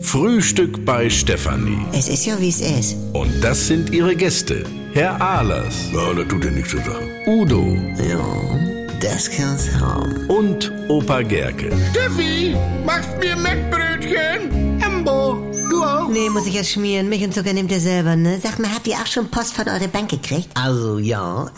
Frühstück bei Stefanie. Es ist ja, wie es ist. Und das sind ihre Gäste. Herr Ahlers. Ja, das tut ja nichts zur Sache. Udo. Ja, das kann's haben. Und Opa Gerke. Steffi, machst mir Mettbrötchen? Embo, du auch? Nee, muss ich ja schmieren. Milch und Zucker nehmt ihr selber, ne? Sag mal, habt ihr auch schon Post von eurer Bank gekriegt? Also, ja,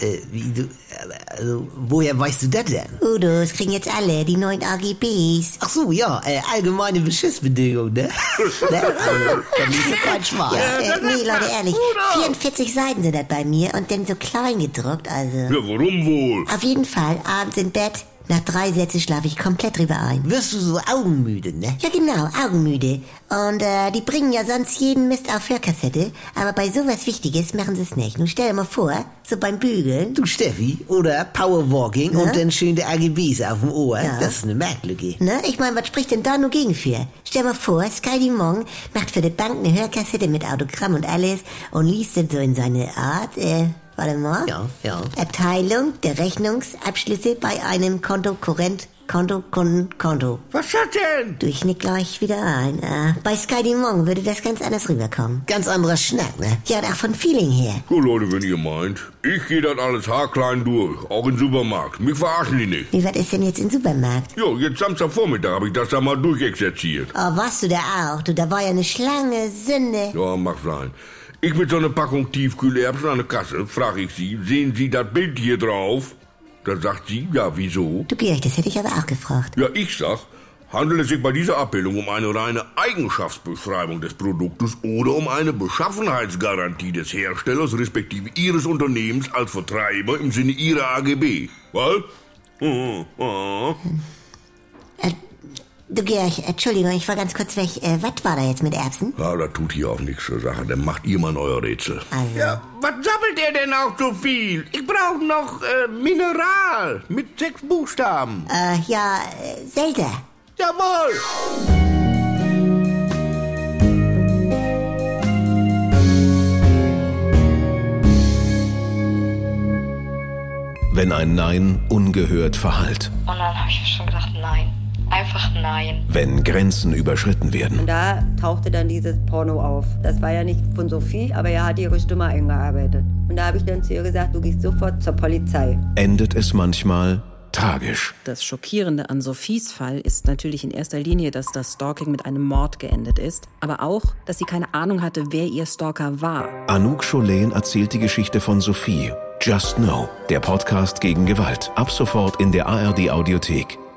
woher weißt du das denn? Udo, es kriegen jetzt alle die neuen AGBs. Ach so, ja, allgemeine Beschissbedingungen, ne? Ne? Also, das ist ja kein Schmarrn. Nee, Leute, ehrlich, 44 Seiten sind das bei mir und dann so klein gedruckt, also. Ja, warum wohl? Auf jeden Fall, abends im Bett, nach 3 Sätzen schlafe ich komplett drüber ein. Wirst du so augenmüde, ne? Ja genau, augenmüde. Und die bringen ja sonst jeden Mist auf Hörkassette, aber bei sowas Wichtiges machen sie es nicht. Nun stell dir mal vor, so beim Bügeln. Du, Steffi, oder Powerwalking und dann schön die AGBs auf dem Ohr. Ja. Das ist eine Merklücke. Ne? Ich meine, was spricht denn da nur gegen für? Stell dir mal vor, Sky Dumont macht für die Bank eine Hörkassette mit Autogramm und alles und liest das so in seine Art, warte mal. Ja. Erteilung der Rechnungsabschlüsse bei einem Kontokorrent. Konto. Was ist das denn? Du, ich nick gleich wieder ein. Bei Sky Dumont würde das ganz anders rüberkommen. Ganz anderer Schnack, ne? Ja, und auch von Feeling her. So Leute, wenn ihr meint. Ich gehe das alles haarklein durch, auch im Supermarkt. Mich verarschen die nicht. Wie, was ist denn jetzt im Supermarkt? Jo, jetzt Samstagvormittag habe ich das da mal durchexerziert. Oh, warst du da auch? Du, da war ja eine Schlange, Sünde. Ja, mag sein. Ich mit so einer Packung Tiefkühlerbsen an der Kasse, frage ich sie, sehen Sie das Bild hier drauf? Da sagt sie, ja, wieso? Du Georg, das hätte ich aber auch gefragt. Ja, ich sag, handelt es sich bei dieser Abbildung um eine reine Eigenschaftsbeschreibung des Produktes oder um eine Beschaffenheitsgarantie des Herstellers respektive Ihres Unternehmens als Vertreiber im Sinne Ihrer AGB? Was? Du Georg, Entschuldigung, ich war ganz kurz weg. Was war da jetzt mit Erbsen? Ja, das tut hier auch nichts zur Sache. Dann macht ihr mal euer Rätsel. Also, Ja, was sammelt ihr denn auch so viel? Ich brauche noch Mineral mit 6 Buchstaben. Selter. Jawohl! Wenn ein Nein ungehört verhallt. Und dann habe ich schon gedacht, nein. Einfach nein. Wenn Grenzen überschritten werden. Und da tauchte dann dieses Porno auf. Das war ja nicht von Sophie, aber er hat ihre Stimme eingearbeitet. Und da habe ich dann zu ihr gesagt, du gehst sofort zur Polizei. Endet es manchmal tragisch. Das Schockierende an Sophies Fall ist natürlich in erster Linie, dass das Stalking mit einem Mord geendet ist, aber auch, dass sie keine Ahnung hatte, wer ihr Stalker war. Anouk Scholen erzählt die Geschichte von Sophie. Just Know, der Podcast gegen Gewalt. Ab sofort in der ARD Audiothek.